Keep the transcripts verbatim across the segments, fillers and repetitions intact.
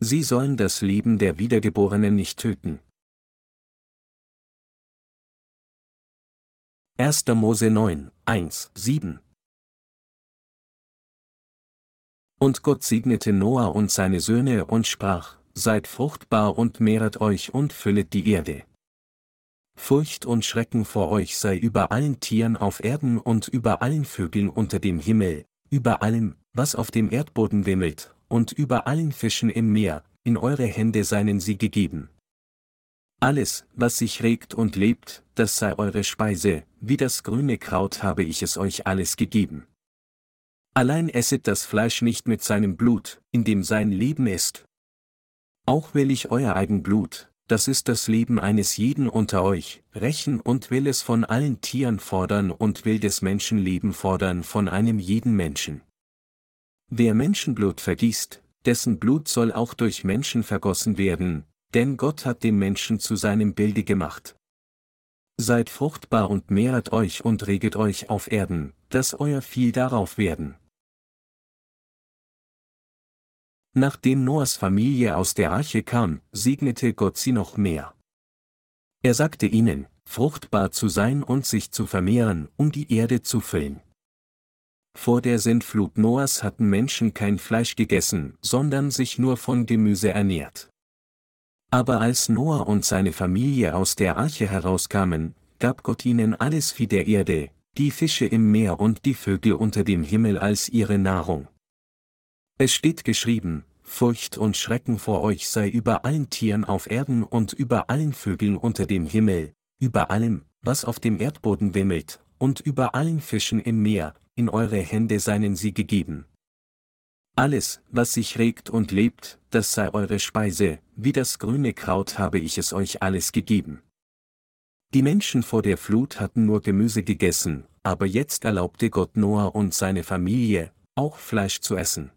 Sie sollen das Leben der Wiedergeborenen nicht töten. erster Mose neun, eins, sieben. Und Gott segnete Noah und seine Söhne und sprach: Seid fruchtbar und mehret euch und füllet die Erde. Furcht und Schrecken vor euch sei über allen Tieren auf Erden und über allen Vögeln unter dem Himmel, über allem, was auf dem Erdboden wimmelt, und über allen Fischen im Meer, in eure Hände seien sie gegeben. Alles, was sich regt und lebt, das sei eure Speise, wie das grüne Kraut habe ich es euch alles gegeben. Allein esset das Fleisch nicht mit seinem Blut, in dem sein Leben ist. Auch will ich euer Eigenblut, das ist das Leben eines jeden unter euch, rächen und will es von allen Tieren fordern und will des Menschen Leben fordern von einem jeden Menschen. Wer Menschenblut vergießt, dessen Blut soll auch durch Menschen vergossen werden, denn Gott hat den Menschen zu seinem Bilde gemacht. Seid fruchtbar und mehret euch und reget euch auf Erden, dass euer Vieh darauf werden. Nachdem Noahs Familie aus der Arche kam, segnete Gott sie noch mehr. Er sagte ihnen, fruchtbar zu sein und sich zu vermehren, um die Erde zu füllen. Vor der Sintflut Noahs hatten Menschen kein Fleisch gegessen, sondern sich nur von Gemüse ernährt. Aber als Noah und seine Familie aus der Arche herauskamen, gab Gott ihnen alles Vieh der Erde, die Fische im Meer und die Vögel unter dem Himmel als ihre Nahrung. Es steht geschrieben: Furcht und Schrecken vor euch sei über allen Tieren auf Erden und über allen Vögeln unter dem Himmel, über allem, was auf dem Erdboden wimmelt, und über allen Fischen im Meer, in eure Hände seien sie gegeben. Alles, was sich regt und lebt, das sei eure Speise, wie das grüne Kraut habe ich es euch alles gegeben. Die Menschen vor der Flut hatten nur Gemüse gegessen, aber jetzt erlaubte Gott Noah und seine Familie, auch Fleisch zu essen.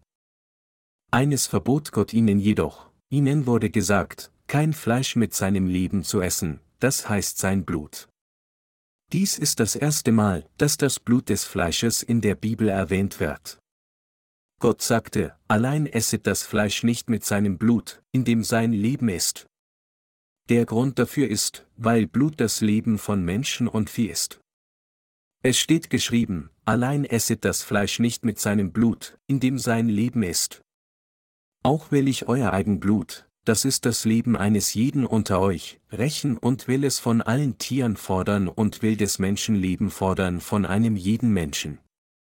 Eines verbot Gott ihnen jedoch: Ihnen wurde gesagt, kein Fleisch mit seinem Leben zu essen, das heißt sein Blut. Dies ist das erste Mal, dass das Blut des Fleisches in der Bibel erwähnt wird. Gott sagte: Allein esset das Fleisch nicht mit seinem Blut, in dem sein Leben ist. Der Grund dafür ist, weil Blut das Leben von Menschen und Vieh ist. Es steht geschrieben: Allein esset das Fleisch nicht mit seinem Blut, in dem sein Leben ist. Auch will ich euer Eigenblut, das ist das Leben eines jeden unter euch, rächen und will es von allen Tieren fordern und will des Menschen Leben fordern von einem jeden Menschen.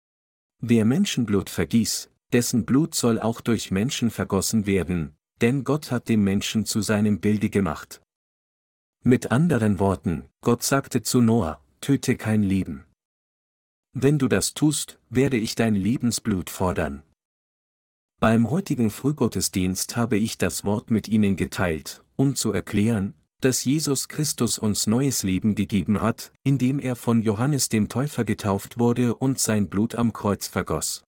Wer Menschenblut vergießt, dessen Blut soll auch durch Menschen vergossen werden, denn Gott hat den Menschen zu seinem Bilde gemacht. Mit anderen Worten, Gott sagte zu Noah: Töte kein Leben. Wenn du das tust, werde ich dein Lebensblut fordern. Beim heutigen Frühgottesdienst habe ich das Wort mit Ihnen geteilt, um zu erklären, dass Jesus Christus uns neues Leben gegeben hat, indem er von Johannes dem Täufer getauft wurde und sein Blut am Kreuz vergoss.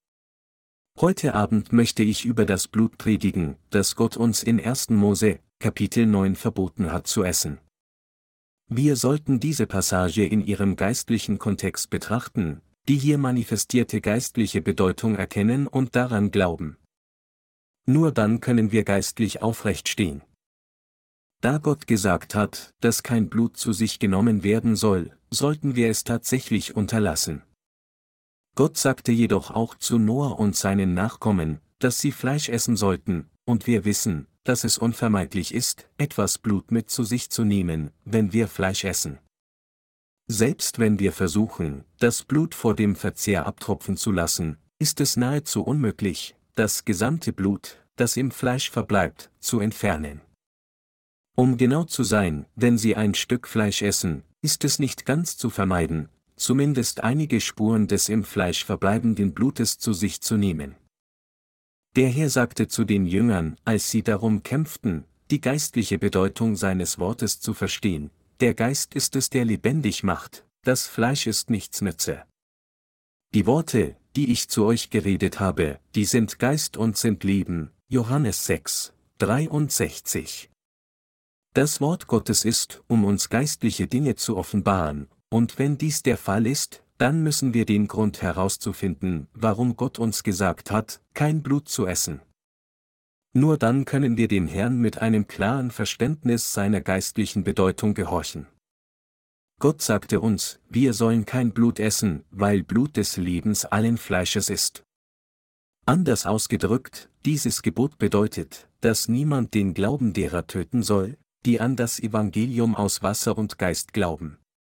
Heute Abend möchte ich über das Blut predigen, das Gott uns in ersten Mose, Kapitel neun verboten hat zu essen. Wir sollten diese Passage in ihrem geistlichen Kontext betrachten, die hier manifestierte geistliche Bedeutung erkennen und daran glauben. Nur dann können wir geistlich aufrecht stehen. Da Gott gesagt hat, dass kein Blut zu sich genommen werden soll, sollten wir es tatsächlich unterlassen. Gott sagte jedoch auch zu Noah und seinen Nachkommen, dass sie Fleisch essen sollten, und wir wissen, dass es unvermeidlich ist, etwas Blut mit zu sich zu nehmen, wenn wir Fleisch essen. Selbst wenn wir versuchen, das Blut vor dem Verzehr abtropfen zu lassen, ist es nahezu unmöglich, das gesamte Blut, das im Fleisch verbleibt, zu entfernen. Um genau zu sein, wenn Sie ein Stück Fleisch essen, ist es nicht ganz zu vermeiden, zumindest einige Spuren des im Fleisch verbleibenden Blutes zu sich zu nehmen. Der Herr sagte zu den Jüngern, als sie darum kämpften, die geistliche Bedeutung seines Wortes zu verstehen: Der Geist ist es, der lebendig macht, das Fleisch ist nichts nütze. Die Worte, die ich zu euch geredet habe, die sind Geist und sind Leben. Johannes sechs, dreiundsechzig. Das Wort Gottes ist, um uns geistliche Dinge zu offenbaren, und wenn dies der Fall ist, dann müssen wir den Grund herauszufinden, warum Gott uns gesagt hat, kein Blut zu essen. Nur dann können wir dem Herrn mit einem klaren Verständnis seiner geistlichen Bedeutung gehorchen. Gott sagte uns, wir sollen kein Blut essen, weil Blut des Lebens allen Fleisches ist. Anders ausgedrückt, dieses Gebot bedeutet, dass niemand den Glauben derer töten soll, die an das Evangelium aus Wasser und Geist glauben.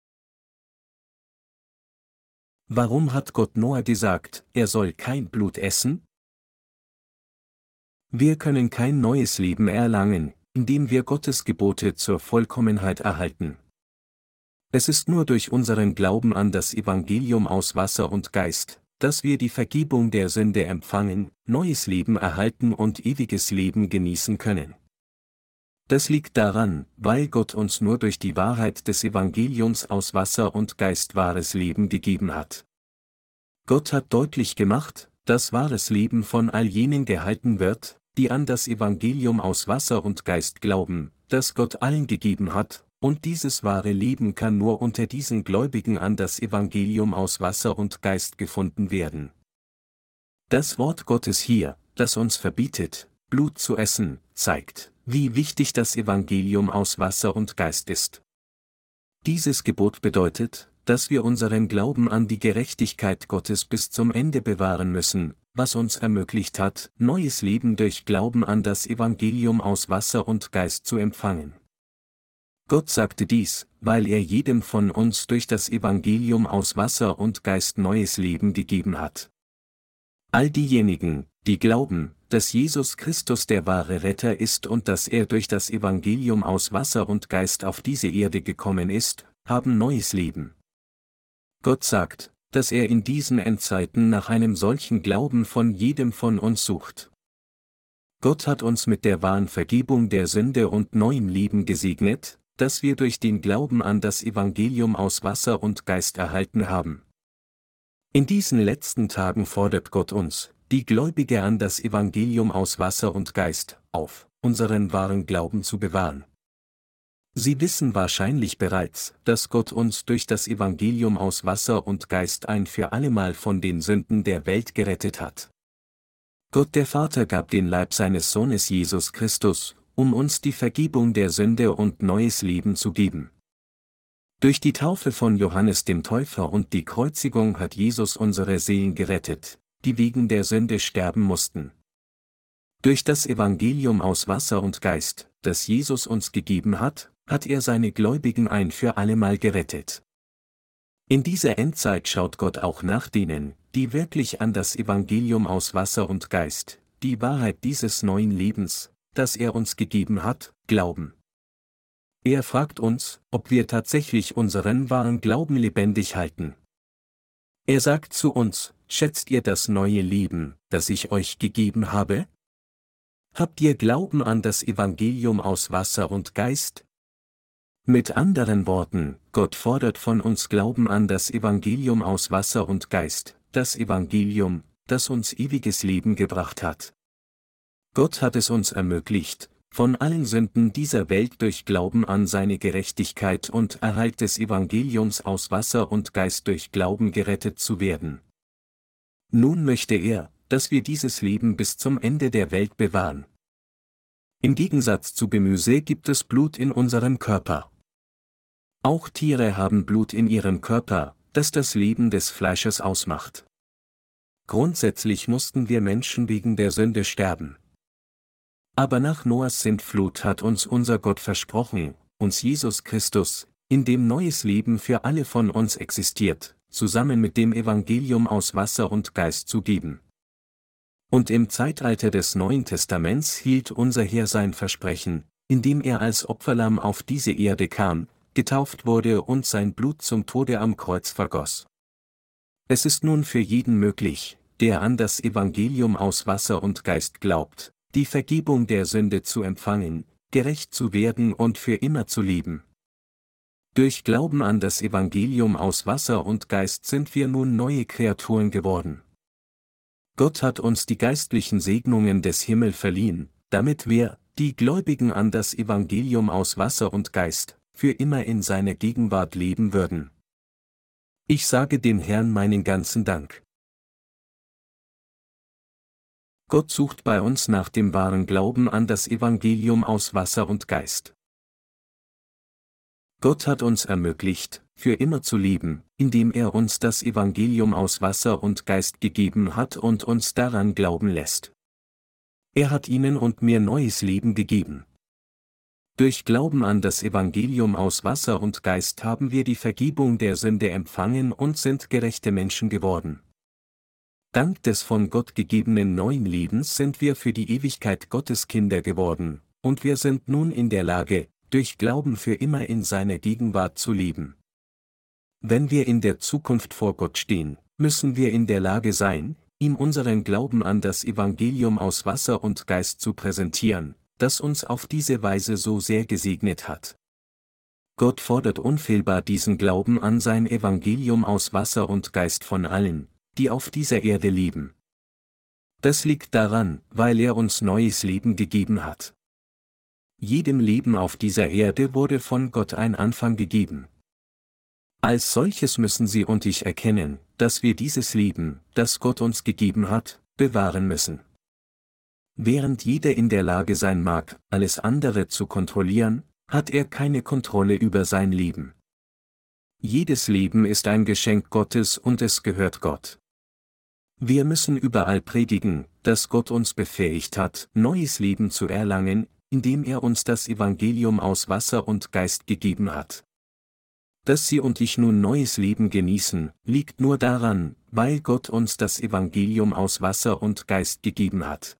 Warum hat Gott Noah gesagt, er soll kein Blut essen? Wir können kein neues Leben erlangen, indem wir Gottes Gebote zur Vollkommenheit erhalten. Es ist nur durch unseren Glauben an das Evangelium aus Wasser und Geist, dass wir die Vergebung der Sünde empfangen, neues Leben erhalten und ewiges Leben genießen können. Das liegt daran, weil Gott uns nur durch die Wahrheit des Evangeliums aus Wasser und Geist wahres Leben gegeben hat. Gott hat deutlich gemacht, dass wahres Leben von all jenen gehalten wird, die an das Evangelium aus Wasser und Geist glauben, das Gott allen gegeben hat, und dieses wahre Leben kann nur unter diesen Gläubigen an das Evangelium aus Wasser und Geist gefunden werden. Das Wort Gottes hier, das uns verbietet, Blut zu essen, zeigt, wie wichtig das Evangelium aus Wasser und Geist ist. Dieses Gebot bedeutet, dass wir unseren Glauben an die Gerechtigkeit Gottes bis zum Ende bewahren müssen, was uns ermöglicht hat, neues Leben durch Glauben an das Evangelium aus Wasser und Geist zu empfangen. Gott sagte dies, weil er jedem von uns durch das Evangelium aus Wasser und Geist neues Leben gegeben hat. All diejenigen, die glauben, dass Jesus Christus der wahre Retter ist und dass er durch das Evangelium aus Wasser und Geist auf diese Erde gekommen ist, haben neues Leben. Gott sagt, dass er in diesen Endzeiten nach einem solchen Glauben von jedem von uns sucht. Gott hat uns mit der wahren Vergebung der Sünde und neuem Leben gesegnet, das wir durch den Glauben an das Evangelium aus Wasser und Geist erhalten haben. In diesen letzten Tagen fordert Gott uns, die Gläubige an das Evangelium aus Wasser und Geist, auf, unseren wahren Glauben zu bewahren. Sie wissen wahrscheinlich bereits, dass Gott uns durch das Evangelium aus Wasser und Geist ein für allemal von den Sünden der Welt gerettet hat. Gott der Vater gab den Leib seines Sohnes Jesus Christus, um uns die Vergebung der Sünde und neues Leben zu geben. Durch die Taufe von Johannes dem Täufer und die Kreuzigung hat Jesus unsere Seelen gerettet, die wegen der Sünde sterben mussten. Durch das Evangelium aus Wasser und Geist, das Jesus uns gegeben hat, hat er seine Gläubigen ein für allemal gerettet. In dieser Endzeit schaut Gott auch nach denen, die wirklich an das Evangelium aus Wasser und Geist, die Wahrheit dieses neuen Lebens, das er uns gegeben hat, glauben. Er fragt uns, ob wir tatsächlich unseren wahren Glauben lebendig halten. Er sagt zu uns, schätzt ihr das neue Leben, das ich euch gegeben habe? Habt ihr Glauben an das Evangelium aus Wasser und Geist? Mit anderen Worten, Gott fordert von uns Glauben an das Evangelium aus Wasser und Geist, das Evangelium, das uns ewiges Leben gebracht hat. Gott hat es uns ermöglicht, von allen Sünden dieser Welt durch Glauben an seine Gerechtigkeit und Erhalt des Evangeliums aus Wasser und Geist durch Glauben gerettet zu werden. Nun möchte er, dass wir dieses Leben bis zum Ende der Welt bewahren. Im Gegensatz zu Gemüse gibt es Blut in unserem Körper. Auch Tiere haben Blut in ihrem Körper, das das Leben des Fleisches ausmacht. Grundsätzlich mussten wir Menschen wegen der Sünde sterben. Aber nach Noahs Sintflut hat uns unser Gott versprochen, uns Jesus Christus, in dem neues Leben für alle von uns existiert, zusammen mit dem Evangelium aus Wasser und Geist zu geben. Und im Zeitalter des Neuen Testaments hielt unser Herr sein Versprechen, indem er als Opferlamm auf diese Erde kam, getauft wurde und sein Blut zum Tode am Kreuz vergoss. Es ist nun für jeden möglich, der an das Evangelium aus Wasser und Geist glaubt, die Vergebung der Sünde zu empfangen, gerecht zu werden und für immer zu leben. Durch Glauben an das Evangelium aus Wasser und Geist sind wir nun neue Kreaturen geworden. Gott hat uns die geistlichen Segnungen des Himmels verliehen, damit wir, die Gläubigen an das Evangelium aus Wasser und Geist, für immer in seiner Gegenwart leben würden. Ich sage dem Herrn meinen ganzen Dank. Gott sucht bei uns nach dem wahren Glauben an das Evangelium aus Wasser und Geist. Gott hat uns ermöglicht, für immer zu leben, indem er uns das Evangelium aus Wasser und Geist gegeben hat und uns daran glauben lässt. Er hat Ihnen und mir neues Leben gegeben. Durch Glauben an das Evangelium aus Wasser und Geist haben wir die Vergebung der Sünde empfangen und sind gerechte Menschen geworden. Dank des von Gott gegebenen neuen Lebens sind wir für die Ewigkeit Gottes Kinder geworden, und wir sind nun in der Lage, durch Glauben für immer in seiner Gegenwart zu leben. Wenn wir in der Zukunft vor Gott stehen, müssen wir in der Lage sein, ihm unseren Glauben an das Evangelium aus Wasser und Geist zu präsentieren, das uns auf diese Weise so sehr gesegnet hat. Gott fordert unfehlbar diesen Glauben an sein Evangelium aus Wasser und Geist von allen, die auf dieser Erde leben. Das liegt daran, weil er uns neues Leben gegeben hat. Jedem Leben auf dieser Erde wurde von Gott ein Anfang gegeben. Als solches müssen Sie und ich erkennen, dass wir dieses Leben, das Gott uns gegeben hat, bewahren müssen. Während jeder in der Lage sein mag, alles andere zu kontrollieren, hat er keine Kontrolle über sein Leben. Jedes Leben ist ein Geschenk Gottes und es gehört Gott. Wir müssen überall predigen, dass Gott uns befähigt hat, neues Leben zu erlangen, indem er uns das Evangelium aus Wasser und Geist gegeben hat. Dass Sie und ich nun neues Leben genießen, liegt nur daran, weil Gott uns das Evangelium aus Wasser und Geist gegeben hat.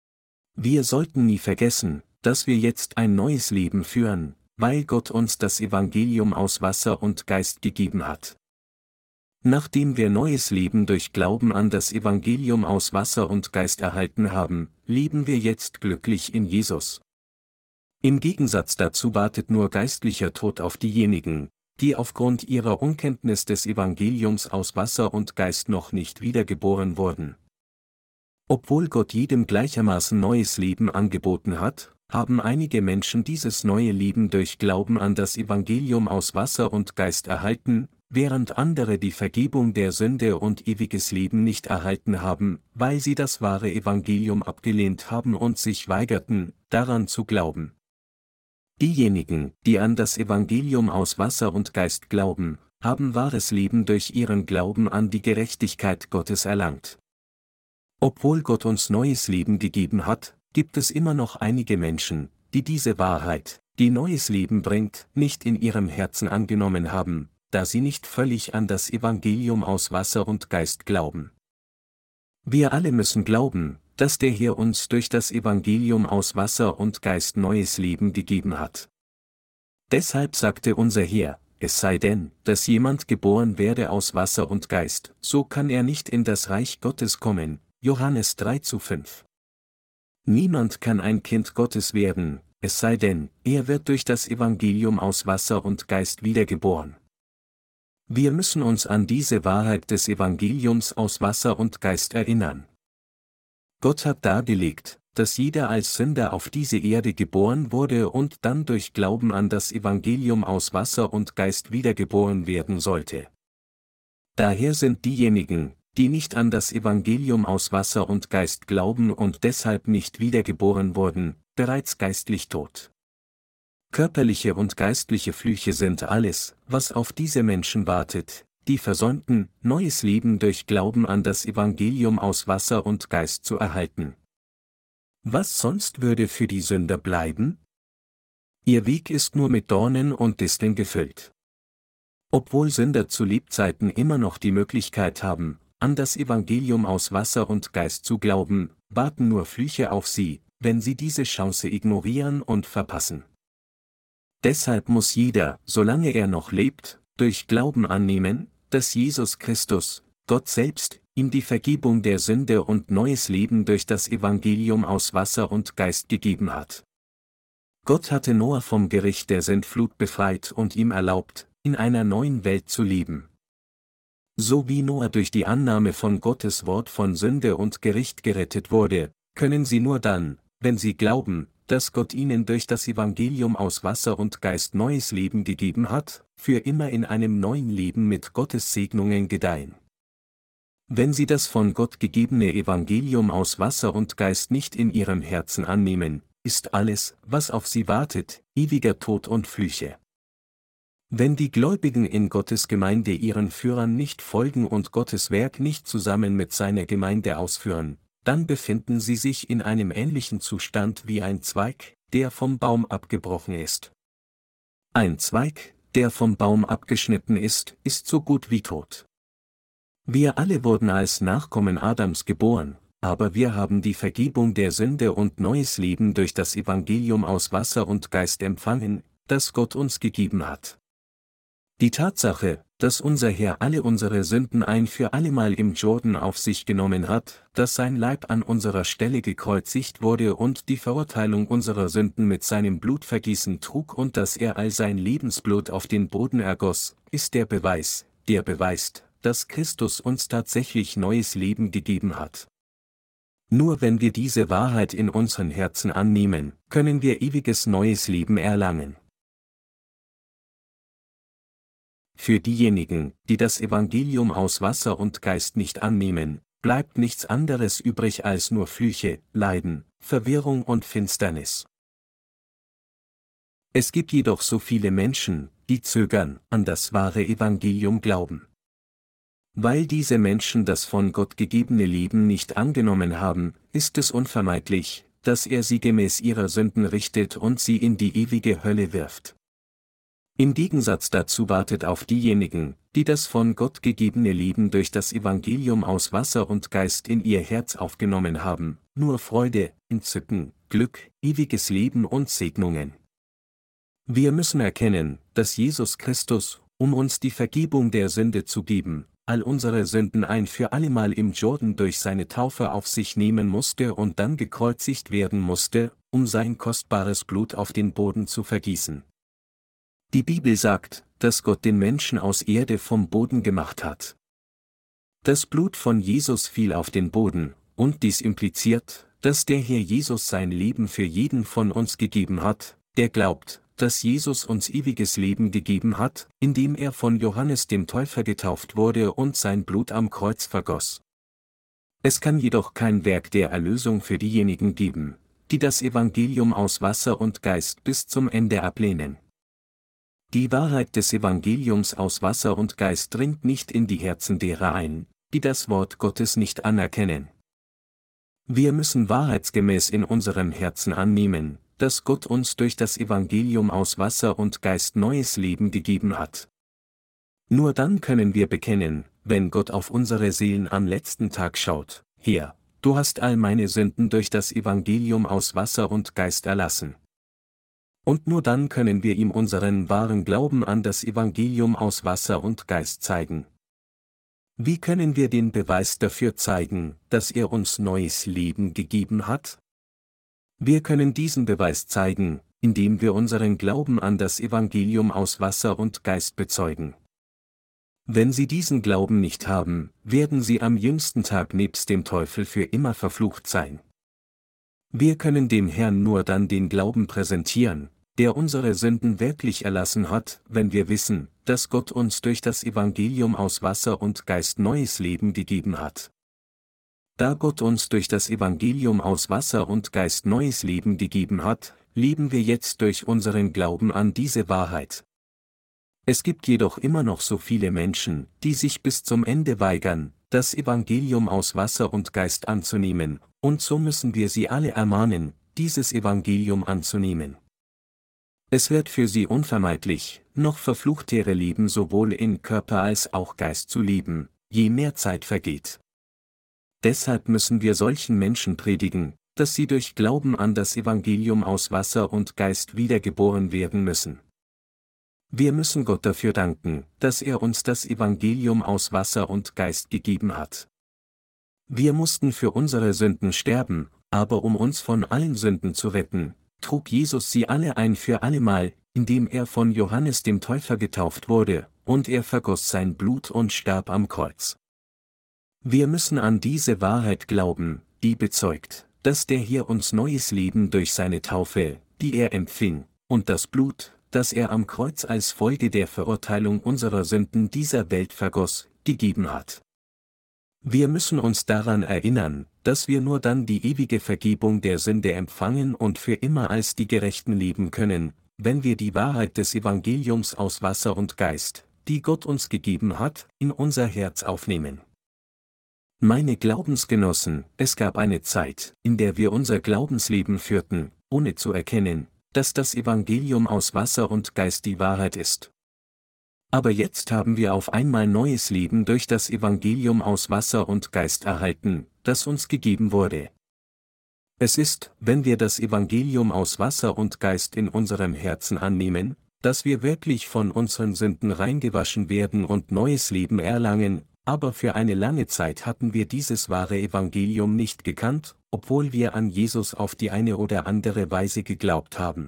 Wir sollten nie vergessen, dass wir jetzt ein neues Leben führen, weil Gott uns das Evangelium aus Wasser und Geist gegeben hat. Nachdem wir neues Leben durch Glauben an das Evangelium aus Wasser und Geist erhalten haben, leben wir jetzt glücklich in Jesus. Im Gegensatz dazu wartet nur geistlicher Tod auf diejenigen, die aufgrund ihrer Unkenntnis des Evangeliums aus Wasser und Geist noch nicht wiedergeboren wurden. Obwohl Gott jedem gleichermaßen neues Leben angeboten hat, haben einige Menschen dieses neue Leben durch Glauben an das Evangelium aus Wasser und Geist erhalten, während andere die Vergebung der Sünde und ewiges Leben nicht erhalten haben, weil sie das wahre Evangelium abgelehnt haben und sich weigerten, daran zu glauben. Diejenigen, die an das Evangelium aus Wasser und Geist glauben, haben wahres Leben durch ihren Glauben an die Gerechtigkeit Gottes erlangt. Obwohl Gott uns neues Leben gegeben hat, gibt es immer noch einige Menschen, die diese Wahrheit, die neues Leben bringt, nicht in ihrem Herzen angenommen haben, da sie nicht völlig an das Evangelium aus Wasser und Geist glauben. Wir alle müssen glauben, dass der Herr uns durch das Evangelium aus Wasser und Geist neues Leben gegeben hat. Deshalb sagte unser Herr, es sei denn, dass jemand geboren werde aus Wasser und Geist, so kann er nicht in das Reich Gottes kommen, Johannes drei zu fünf. Niemand kann ein Kind Gottes werden, es sei denn, er wird durch das Evangelium aus Wasser und Geist wiedergeboren. Wir müssen uns an diese Wahrheit des Evangeliums aus Wasser und Geist erinnern. Gott hat dargelegt, dass jeder als Sünder auf diese Erde geboren wurde und dann durch Glauben an das Evangelium aus Wasser und Geist wiedergeboren werden sollte. Daher sind diejenigen, die nicht an das Evangelium aus Wasser und Geist glauben und deshalb nicht wiedergeboren wurden, bereits geistlich tot. Körperliche und geistliche Flüche sind alles, was auf diese Menschen wartet, die versäumten, neues Leben durch Glauben an das Evangelium aus Wasser und Geist zu erhalten. Was sonst würde für die Sünder bleiben? Ihr Weg ist nur mit Dornen und Disteln gefüllt. Obwohl Sünder zu Lebzeiten immer noch die Möglichkeit haben, an das Evangelium aus Wasser und Geist zu glauben, warten nur Flüche auf sie, wenn sie diese Chance ignorieren und verpassen. Deshalb muss jeder, solange er noch lebt, durch Glauben annehmen, dass Jesus Christus, Gott selbst, ihm die Vergebung der Sünde und neues Leben durch das Evangelium aus Wasser und Geist gegeben hat. Gott hatte Noah vom Gericht der Sintflut befreit und ihm erlaubt, in einer neuen Welt zu leben. So wie Noah durch die Annahme von Gottes Wort von Sünde und Gericht gerettet wurde, können Sie nur dann, wenn Sie glauben, dass Gott Ihnen durch das Evangelium aus Wasser und Geist neues Leben gegeben hat, für immer in einem neuen Leben mit Gottes Segnungen gedeihen. Wenn sie das von Gott gegebene Evangelium aus Wasser und Geist nicht in ihrem Herzen annehmen, ist alles, was auf sie wartet, ewiger Tod und Flüche. Wenn die Gläubigen in Gottes Gemeinde ihren Führern nicht folgen und Gottes Werk nicht zusammen mit seiner Gemeinde ausführen, dann befinden sie sich in einem ähnlichen Zustand wie ein Zweig, der vom Baum abgebrochen ist. Ein Zweig, der vom Baum abgeschnitten ist, ist so gut wie tot. Wir alle wurden als Nachkommen Adams geboren, aber wir haben die Vergebung der Sünde und neues Leben durch das Evangelium aus Wasser und Geist empfangen, das Gott uns gegeben hat. Die Tatsache, dass unser Herr alle unsere Sünden ein für allemal im Jordan auf sich genommen hat, dass sein Leib an unserer Stelle gekreuzigt wurde und die Verurteilung unserer Sünden mit seinem Blutvergießen trug und dass er all sein Lebensblut auf den Boden ergoss, ist der Beweis, der beweist, dass Christus uns tatsächlich neues Leben gegeben hat. Nur wenn wir diese Wahrheit in unseren Herzen annehmen, können wir ewiges neues Leben erlangen. Für diejenigen, die das Evangelium aus Wasser und Geist nicht annehmen, bleibt nichts anderes übrig als nur Flüche, Leiden, Verwirrung und Finsternis. Es gibt jedoch so viele Menschen, die zögern, an das wahre Evangelium glauben. Weil diese Menschen das von Gott gegebene Leben nicht angenommen haben, ist es unvermeidlich, dass er sie gemäß ihrer Sünden richtet und sie in die ewige Hölle wirft. Im Gegensatz dazu wartet auf diejenigen, die das von Gott gegebene Leben durch das Evangelium aus Wasser und Geist in ihr Herz aufgenommen haben, nur Freude, Entzücken, Glück, ewiges Leben und Segnungen. Wir müssen erkennen, dass Jesus Christus, um uns die Vergebung der Sünde zu geben, all unsere Sünden ein für allemal im Jordan durch seine Taufe auf sich nehmen musste und dann gekreuzigt werden musste, um sein kostbares Blut auf den Boden zu vergießen. Die Bibel sagt, dass Gott den Menschen aus Erde vom Boden gemacht hat. Das Blut von Jesus fiel auf den Boden, und dies impliziert, dass der Herr Jesus sein Leben für jeden von uns gegeben hat, der glaubt, dass Jesus uns ewiges Leben gegeben hat, indem er von Johannes dem Täufer getauft wurde und sein Blut am Kreuz vergoss. Es kann jedoch kein Werk der Erlösung für diejenigen geben, die das Evangelium aus Wasser und Geist bis zum Ende ablehnen. Die Wahrheit des Evangeliums aus Wasser und Geist dringt nicht in die Herzen derer ein, die das Wort Gottes nicht anerkennen. Wir müssen wahrheitsgemäß in unserem Herzen annehmen, dass Gott uns durch das Evangelium aus Wasser und Geist neues Leben gegeben hat. Nur dann können wir bekennen, wenn Gott auf unsere Seelen am letzten Tag schaut: Herr, du hast all meine Sünden durch das Evangelium aus Wasser und Geist erlassen. Und nur dann können wir ihm unseren wahren Glauben an das Evangelium aus Wasser und Geist zeigen. Wie können wir den Beweis dafür zeigen, dass er uns neues Leben gegeben hat? Wir können diesen Beweis zeigen, indem wir unseren Glauben an das Evangelium aus Wasser und Geist bezeugen. Wenn sie diesen Glauben nicht haben, werden sie am jüngsten Tag nebst dem Teufel für immer verflucht sein. Wir können dem Herrn nur dann den Glauben präsentieren, der unsere Sünden wirklich erlassen hat, wenn wir wissen, dass Gott uns durch das Evangelium aus Wasser und Geist neues Leben gegeben hat. Da Gott uns durch das Evangelium aus Wasser und Geist neues Leben gegeben hat, leben wir jetzt durch unseren Glauben an diese Wahrheit. Es gibt jedoch immer noch so viele Menschen, die sich bis zum Ende weigern, das Evangelium aus Wasser und Geist anzunehmen, und so müssen wir sie alle ermahnen, dieses Evangelium anzunehmen. Es wird für sie unvermeidlich, noch verfluchtere Leben sowohl in Körper als auch Geist zu leben, je mehr Zeit vergeht. Deshalb müssen wir solchen Menschen predigen, dass sie durch Glauben an das Evangelium aus Wasser und Geist wiedergeboren werden müssen. Wir müssen Gott dafür danken, dass er uns das Evangelium aus Wasser und Geist gegeben hat. Wir mussten für unsere Sünden sterben, aber um uns von allen Sünden zu retten, trug Jesus sie alle ein für allemal, indem er von Johannes dem Täufer getauft wurde, und er vergoss sein Blut und starb am Kreuz. Wir müssen an diese Wahrheit glauben, die bezeugt, dass der Herr uns neues Leben durch seine Taufe, die er empfing, und das Blut, das er am Kreuz als Folge der Verurteilung unserer Sünden dieser Welt vergoss, gegeben hat. Wir müssen uns daran erinnern, dass wir nur dann die ewige Vergebung der Sünde empfangen und für immer als die Gerechten leben können, wenn wir die Wahrheit des Evangeliums aus Wasser und Geist, die Gott uns gegeben hat, in unser Herz aufnehmen. Meine Glaubensgenossen, es gab eine Zeit, in der wir unser Glaubensleben führten, ohne zu erkennen, dass das Evangelium aus Wasser und Geist die Wahrheit ist. Aber jetzt haben wir auf einmal neues Leben durch das Evangelium aus Wasser und Geist erhalten, das uns gegeben wurde. Es ist, wenn wir das Evangelium aus Wasser und Geist in unserem Herzen annehmen, dass wir wirklich von unseren Sünden reingewaschen werden und neues Leben erlangen, aber für eine lange Zeit hatten wir dieses wahre Evangelium nicht gekannt, obwohl wir an Jesus auf die eine oder andere Weise geglaubt haben.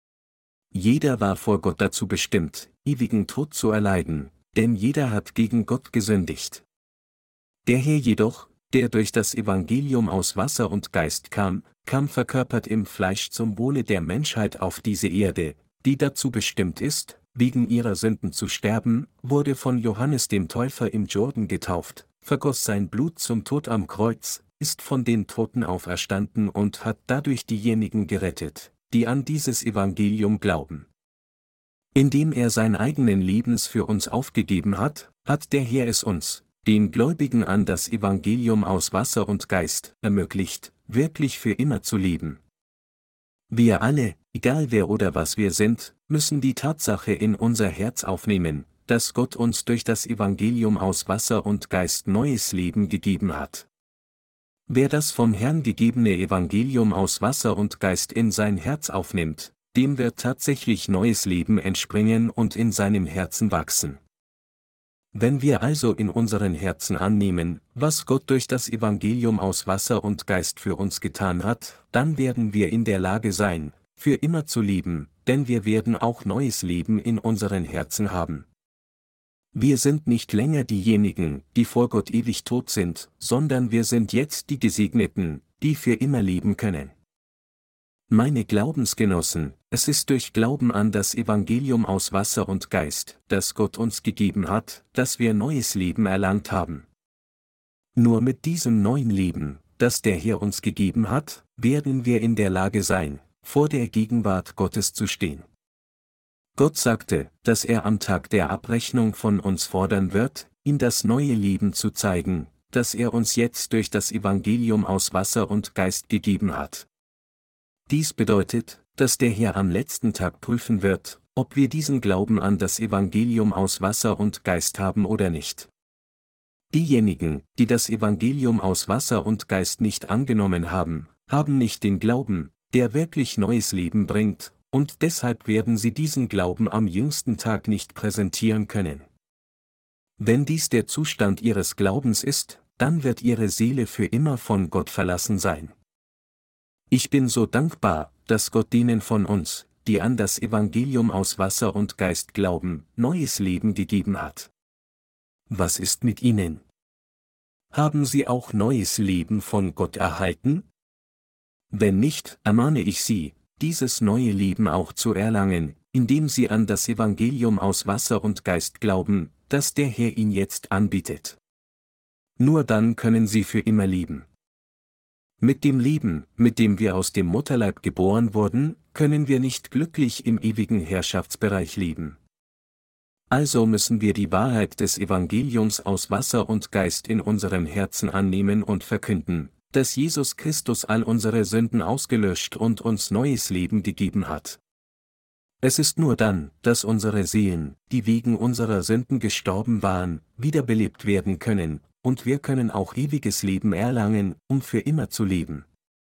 Jeder war vor Gott dazu bestimmt, ewigen Tod zu erleiden, denn jeder hat gegen Gott gesündigt. Der Herr jedoch, der durch das Evangelium aus Wasser und Geist kam, kam verkörpert im Fleisch zum Wohle der Menschheit auf diese Erde, die dazu bestimmt ist, wegen ihrer Sünden zu sterben, wurde von Johannes dem Täufer im Jordan getauft, vergoss sein Blut zum Tod am Kreuz, ist von den Toten auferstanden und hat dadurch diejenigen gerettet, die an dieses Evangelium glauben. Indem er sein eigenen Lebens für uns aufgegeben hat, hat der Herr es uns, den Gläubigen an das Evangelium aus Wasser und Geist, ermöglicht, wirklich für immer zu leben. Wir alle, egal wer oder was wir sind, müssen die Tatsache in unser Herz aufnehmen, dass Gott uns durch das Evangelium aus Wasser und Geist neues Leben gegeben hat. Wer das vom Herrn gegebene Evangelium aus Wasser und Geist in sein Herz aufnimmt, dem wird tatsächlich neues Leben entspringen und in seinem Herzen wachsen. Wenn wir also in unseren Herzen annehmen, was Gott durch das Evangelium aus Wasser und Geist für uns getan hat, dann werden wir in der Lage sein, für immer zu leben, denn wir werden auch neues Leben in unseren Herzen haben. Wir sind nicht länger diejenigen, die vor Gott ewig tot sind, sondern wir sind jetzt die Gesegneten, die für immer leben können. Meine Glaubensgenossen, es ist durch Glauben an das Evangelium aus Wasser und Geist, das Gott uns gegeben hat, dass wir neues Leben erlangt haben. Nur mit diesem neuen Leben, das der Herr uns gegeben hat, werden wir in der Lage sein, vor der Gegenwart Gottes zu stehen. Gott sagte, dass er am Tag der Abrechnung von uns fordern wird, ihm das neue Leben zu zeigen, das er uns jetzt durch das Evangelium aus Wasser und Geist gegeben hat. Dies bedeutet, dass der Herr am letzten Tag prüfen wird, ob wir diesen Glauben an das Evangelium aus Wasser und Geist haben oder nicht. Diejenigen, die das Evangelium aus Wasser und Geist nicht angenommen haben, haben nicht den Glauben, der wirklich neues Leben bringt, und deshalb werden sie diesen Glauben am jüngsten Tag nicht präsentieren können. Wenn dies der Zustand ihres Glaubens ist, dann wird ihre Seele für immer von Gott verlassen sein. Ich bin so dankbar, dass Gott denen von uns, die an das Evangelium aus Wasser und Geist glauben, neues Leben gegeben hat. Was ist mit Ihnen? Haben Sie auch neues Leben von Gott erhalten? Wenn nicht, ermahne ich Sie, dieses neue Leben auch zu erlangen, indem Sie an das Evangelium aus Wasser und Geist glauben, das der Herr Ihnen jetzt anbietet. Nur dann können Sie für immer leben. Mit dem Leben, mit dem wir aus dem Mutterleib geboren wurden, können wir nicht glücklich im ewigen Herrschaftsbereich leben. Also müssen wir die Wahrheit des Evangeliums aus Wasser und Geist in unserem Herzen annehmen und verkünden, dass Jesus Christus all unsere Sünden ausgelöscht und uns neues Leben gegeben hat. Es ist nur dann, dass unsere Seelen, die wegen unserer Sünden gestorben waren, wiederbelebt werden können, und wir können auch ewiges Leben erlangen, um für immer zu leben.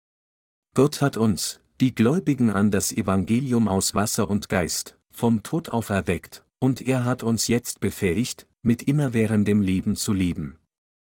Gott hat uns, die Gläubigen an das Evangelium aus Wasser und Geist, vom Tod auferweckt, und er hat uns jetzt befähigt, mit immerwährendem Leben zu leben.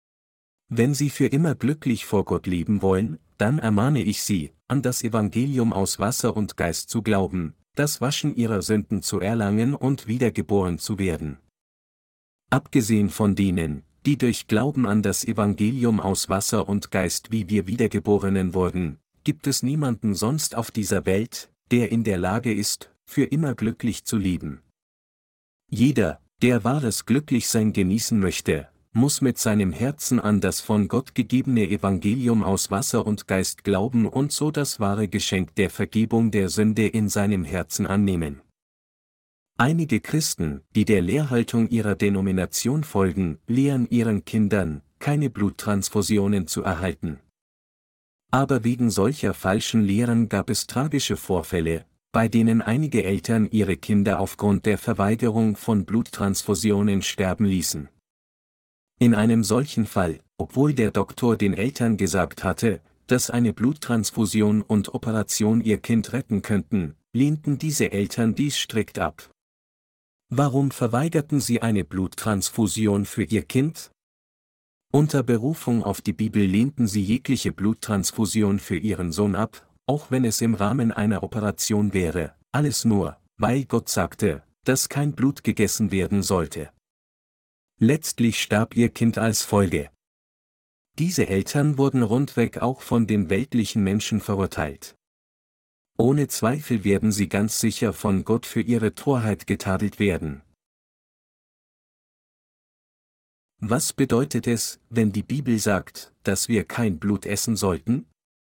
Wenn Sie für immer glücklich vor Gott leben wollen, dann ermahne ich Sie, an das Evangelium aus Wasser und Geist zu glauben, das Waschen Ihrer Sünden zu erlangen und wiedergeboren zu werden. Abgesehen von denen, die durch Glauben an das Evangelium aus Wasser und Geist wie wir Wiedergeborenen wurden, gibt es niemanden sonst auf dieser Welt, der in der Lage ist, für immer glücklich zu leben. Jeder, der wahres Glücklichsein genießen möchte, muss mit seinem Herzen an das von Gott gegebene Evangelium aus Wasser und Geist glauben und so das wahre Geschenk der Vergebung der Sünde in seinem Herzen annehmen. Einige Christen, die der Lehrhaltung ihrer Denomination folgen, lehren ihren Kindern, keine Bluttransfusionen zu erhalten. Aber wegen solcher falschen Lehren gab es tragische Vorfälle, bei denen einige Eltern ihre Kinder aufgrund der Verweigerung von Bluttransfusionen sterben ließen. In einem solchen Fall, obwohl der Doktor den Eltern gesagt hatte, dass eine Bluttransfusion und Operation ihr Kind retten könnten, lehnten diese Eltern dies strikt ab. Warum verweigerten sie eine Bluttransfusion für ihr Kind? Unter Berufung auf die Bibel lehnten sie jegliche Bluttransfusion für ihren Sohn ab, auch wenn es im Rahmen einer Operation wäre, alles nur, weil Gott sagte, dass kein Blut gegessen werden sollte. Letztlich starb ihr Kind als Folge. Diese Eltern wurden rundweg auch von den weltlichen Menschen verurteilt. Ohne Zweifel werden sie ganz sicher von Gott für ihre Torheit getadelt werden. Was bedeutet es, wenn die Bibel sagt, dass wir kein Blut essen sollten?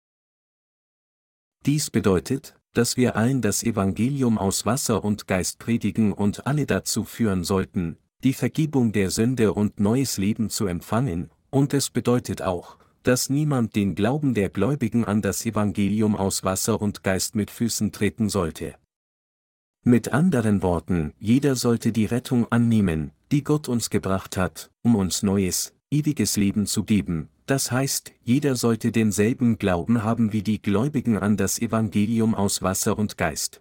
Dies bedeutet, dass wir allen das Evangelium aus Wasser und Geist predigen und alle dazu führen sollten, die Vergebung der Sünde und neues Leben zu empfangen, und es bedeutet auch, dass niemand den Glauben der Gläubigen an das Evangelium aus Wasser und Geist mit Füßen treten sollte. Mit anderen Worten, jeder sollte die Rettung annehmen, die Gott uns gebracht hat, um uns neues, ewiges Leben zu geben, das heißt, jeder sollte denselben Glauben haben wie die Gläubigen an das Evangelium aus Wasser und Geist.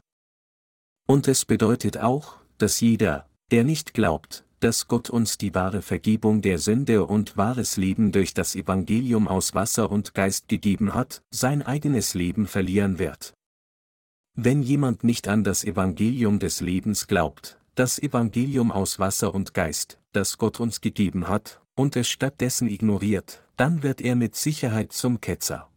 Und es bedeutet auch, dass jeder, der nicht glaubt, dass Gott uns die wahre Vergebung der Sünde und wahres Leben durch das Evangelium aus Wasser und Geist gegeben hat, sein eigenes Leben verlieren wird. Wenn jemand nicht an das Evangelium des Lebens glaubt, das Evangelium aus Wasser und Geist, das Gott uns gegeben hat, und es stattdessen ignoriert, dann wird er mit Sicherheit zum Ketzer.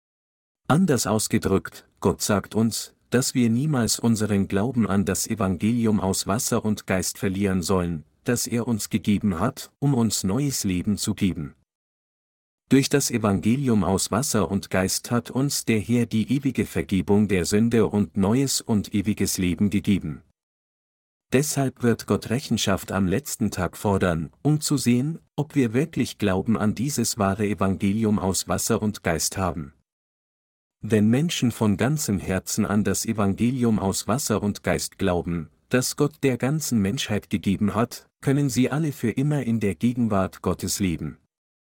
Anders ausgedrückt, Gott sagt uns, dass wir niemals unseren Glauben an das Evangelium aus Wasser und Geist verlieren sollen, das er uns gegeben hat, um uns neues Leben zu geben. Durch das Evangelium aus Wasser und Geist hat uns der Herr die ewige Vergebung der Sünde und neues und ewiges Leben gegeben. Deshalb wird Gott Rechenschaft am letzten Tag fordern, um zu sehen, ob wir wirklich Glauben an dieses wahre Evangelium aus Wasser und Geist haben. Wenn Menschen von ganzem Herzen an das Evangelium aus Wasser und Geist glauben, das Gott der ganzen Menschheit gegeben hat, können sie alle für immer in der Gegenwart Gottes leben.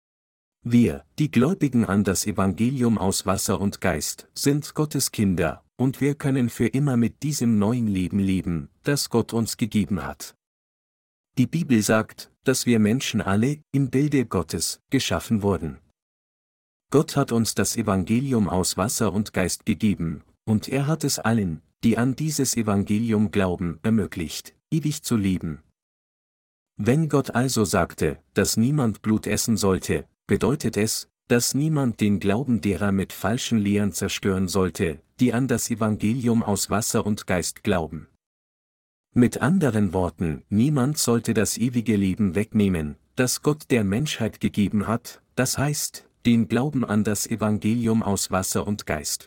Wir, die Gläubigen an das Evangelium aus Wasser und Geist, sind Gottes Kinder, und wir können für immer mit diesem neuen Leben leben, das Gott uns gegeben hat. Die Bibel sagt, dass wir Menschen alle, im Bilde Gottes, geschaffen wurden. Gott hat uns das Evangelium aus Wasser und Geist gegeben, und er hat es allen, die an dieses Evangelium glauben, ermöglicht, ewig zu leben. Wenn Gott also sagte, dass niemand Blut essen sollte, bedeutet es, dass niemand den Glauben derer mit falschen Lehren zerstören sollte, die an das Evangelium aus Wasser und Geist glauben. Mit anderen Worten, niemand sollte das ewige Leben wegnehmen, das Gott der Menschheit gegeben hat, das heißt, den Glauben an das Evangelium aus Wasser und Geist.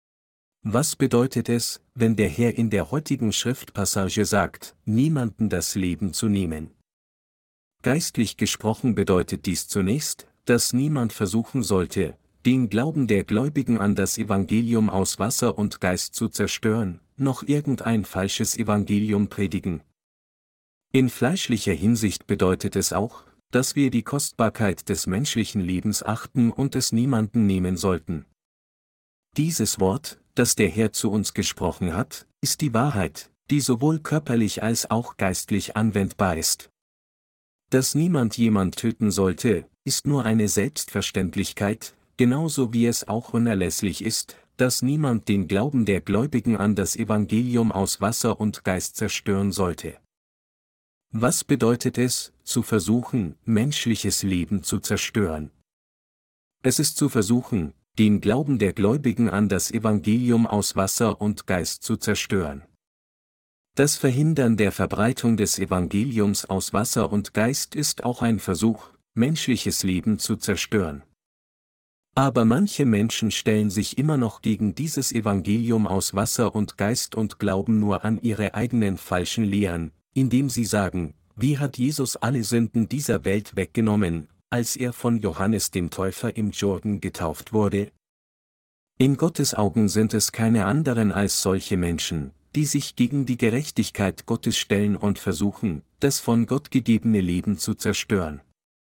Was bedeutet es, wenn der Herr in der heutigen Schriftpassage sagt, niemanden das Leben zu nehmen? Geistlich gesprochen bedeutet dies zunächst, dass niemand versuchen sollte, den Glauben der Gläubigen an das Evangelium aus Wasser und Geist zu zerstören, noch irgendein falsches Evangelium predigen. In fleischlicher Hinsicht bedeutet es auch, dass wir die Kostbarkeit des menschlichen Lebens achten und es niemanden nehmen sollten. Dieses Wort, das der Herr zu uns gesprochen hat, ist die Wahrheit, die sowohl körperlich als auch geistlich anwendbar ist. Dass niemand jemand töten sollte, ist nur eine Selbstverständlichkeit, genauso wie es auch unerlässlich ist, dass niemand den Glauben der Gläubigen an das Evangelium aus Wasser und Geist zerstören sollte. Was bedeutet es, zu versuchen, menschliches Leben zu zerstören? Es ist zu versuchen, den Glauben der Gläubigen an das Evangelium aus Wasser und Geist zu zerstören. Das Verhindern der Verbreitung des Evangeliums aus Wasser und Geist ist auch ein Versuch, menschliches Leben zu zerstören. Aber manche Menschen stellen sich immer noch gegen dieses Evangelium aus Wasser und Geist und glauben nur an ihre eigenen falschen Lehren, indem sie sagen, wie hat Jesus alle Sünden dieser Welt weggenommen, als er von Johannes dem Täufer im Jordan getauft wurde? In Gottes Augen sind es keine anderen als solche Menschen, die sich gegen die Gerechtigkeit Gottes stellen und versuchen, das von Gott gegebene Leben zu zerstören.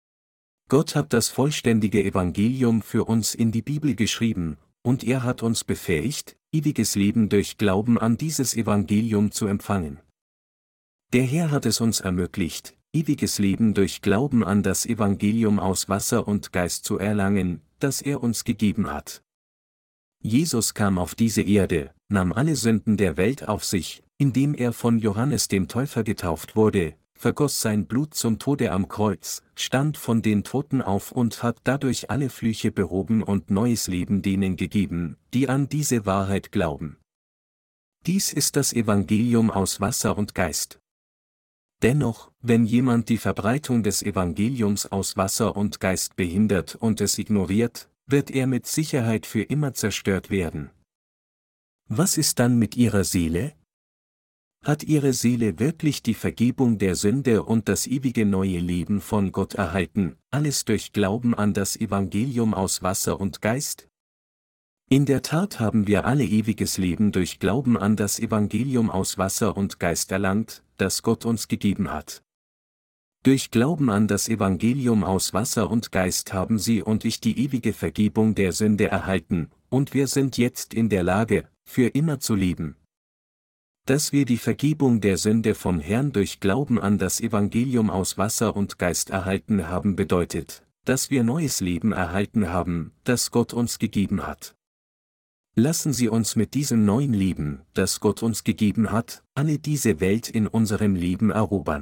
Gott hat das vollständige Evangelium für uns in die Bibel geschrieben, und er hat uns befähigt, ewiges Leben durch Glauben an dieses Evangelium zu empfangen. Der Herr hat es uns ermöglicht, ewiges Leben durch Glauben an das Evangelium aus Wasser und Geist zu erlangen, das er uns gegeben hat. Jesus kam auf diese Erde, nahm alle Sünden der Welt auf sich, indem er von Johannes dem Täufer getauft wurde, vergoss sein Blut zum Tode am Kreuz, stand von den Toten auf und hat dadurch alle Flüche behoben und neues Leben denen gegeben, die an diese Wahrheit glauben. Dies ist das Evangelium aus Wasser und Geist. Dennoch, wenn jemand die Verbreitung des Evangeliums aus Wasser und Geist behindert und es ignoriert, wird er mit Sicherheit für immer zerstört werden. Was ist dann mit ihrer Seele? Hat ihre Seele wirklich die Vergebung der Sünde und das ewige neue Leben von Gott erhalten, alles durch Glauben an das Evangelium aus Wasser und Geist? In der Tat haben wir alle ewiges Leben durch Glauben an das Evangelium aus Wasser und Geist erlangt, das Gott uns gegeben hat. Durch Glauben an das Evangelium aus Wasser und Geist haben Sie und ich die ewige Vergebung der Sünde erhalten, und wir sind jetzt in der Lage, für immer zu leben. Dass wir die Vergebung der Sünde vom Herrn durch Glauben an das Evangelium aus Wasser und Geist erhalten haben bedeutet, dass wir neues Leben erhalten haben, das Gott uns gegeben hat. Lassen Sie uns mit diesem neuen Leben, das Gott uns gegeben hat, alle diese Welt in unserem Leben erobern.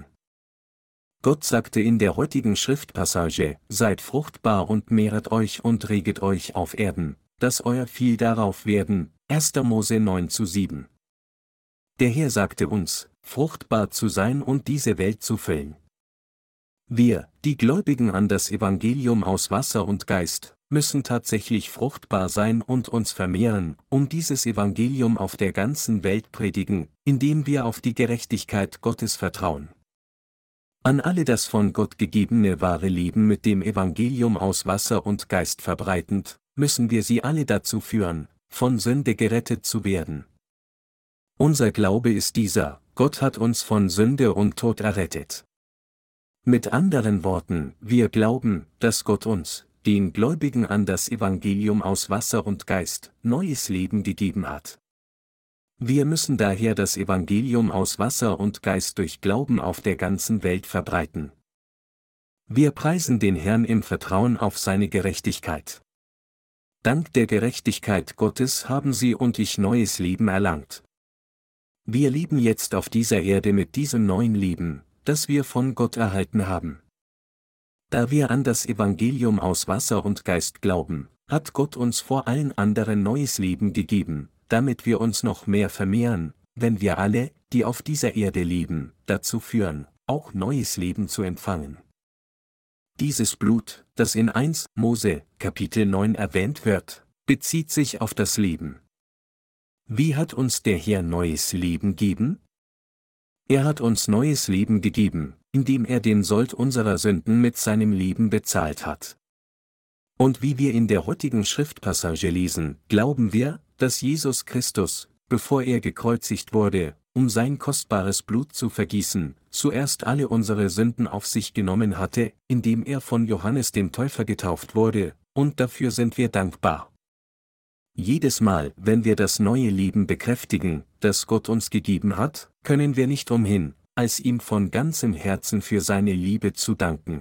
Gott sagte in der heutigen Schriftpassage, seid fruchtbar und mehret euch und reget euch auf Erden, dass euer Viel darauf werden, erster Mose neun zu sieben. Der Herr sagte uns, fruchtbar zu sein und diese Welt zu füllen. Wir, die Gläubigen an das Evangelium aus Wasser und Geist, müssen tatsächlich fruchtbar sein und uns vermehren, um dieses Evangelium auf der ganzen Welt predigen, indem wir auf die Gerechtigkeit Gottes vertrauen. An alle das von Gott gegebene wahre Leben mit dem Evangelium aus Wasser und Geist verbreitend, müssen wir sie alle dazu führen, von Sünde gerettet zu werden. Unser Glaube ist dieser: Gott hat uns von Sünde und Tod errettet. Mit anderen Worten, wir glauben, dass Gott uns, den Gläubigen an das Evangelium aus Wasser und Geist, neues Leben gegeben hat. Wir müssen daher das Evangelium aus Wasser und Geist durch Glauben auf der ganzen Welt verbreiten. Wir preisen den Herrn im Vertrauen auf seine Gerechtigkeit. Dank der Gerechtigkeit Gottes haben Sie und ich neues Leben erlangt. Wir leben jetzt auf dieser Erde mit diesem neuen Leben, das wir von Gott erhalten haben. Da wir an das Evangelium aus Wasser und Geist glauben, hat Gott uns vor allen anderen neues Leben gegeben, damit wir uns noch mehr vermehren, wenn wir alle, die auf dieser Erde leben, dazu führen, auch neues Leben zu empfangen. Dieses Blut, das in erster Mose, Kapitel neun erwähnt wird, bezieht sich auf das Leben. Wie hat uns der Herr neues Leben gegeben? Er hat uns neues Leben gegeben, indem er den Sold unserer Sünden mit seinem Leben bezahlt hat. Und wie wir in der heutigen Schriftpassage lesen, glauben wir, dass Jesus Christus, bevor er gekreuzigt wurde, um sein kostbares Blut zu vergießen, zuerst alle unsere Sünden auf sich genommen hatte, indem er von Johannes dem Täufer getauft wurde, und dafür sind wir dankbar. Jedes Mal, wenn wir das neue Leben bekräftigen, das Gott uns gegeben hat, können wir nicht umhin, als ihm von ganzem Herzen für seine Liebe zu danken.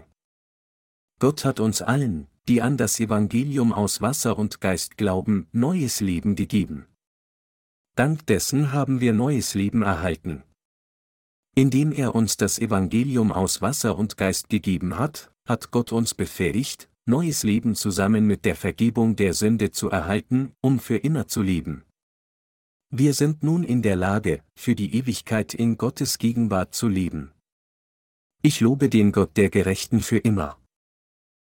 Gott hat uns allen, die an das Evangelium aus Wasser und Geist glauben, neues Leben gegeben. Dank dessen haben wir neues Leben erhalten. Indem er uns das Evangelium aus Wasser und Geist gegeben hat, hat Gott uns befähigt, neues Leben zusammen mit der Vergebung der Sünde zu erhalten, um für immer zu leben. Wir sind nun in der Lage, für die Ewigkeit in Gottes Gegenwart zu leben. Ich lobe den Gott der Gerechten für immer.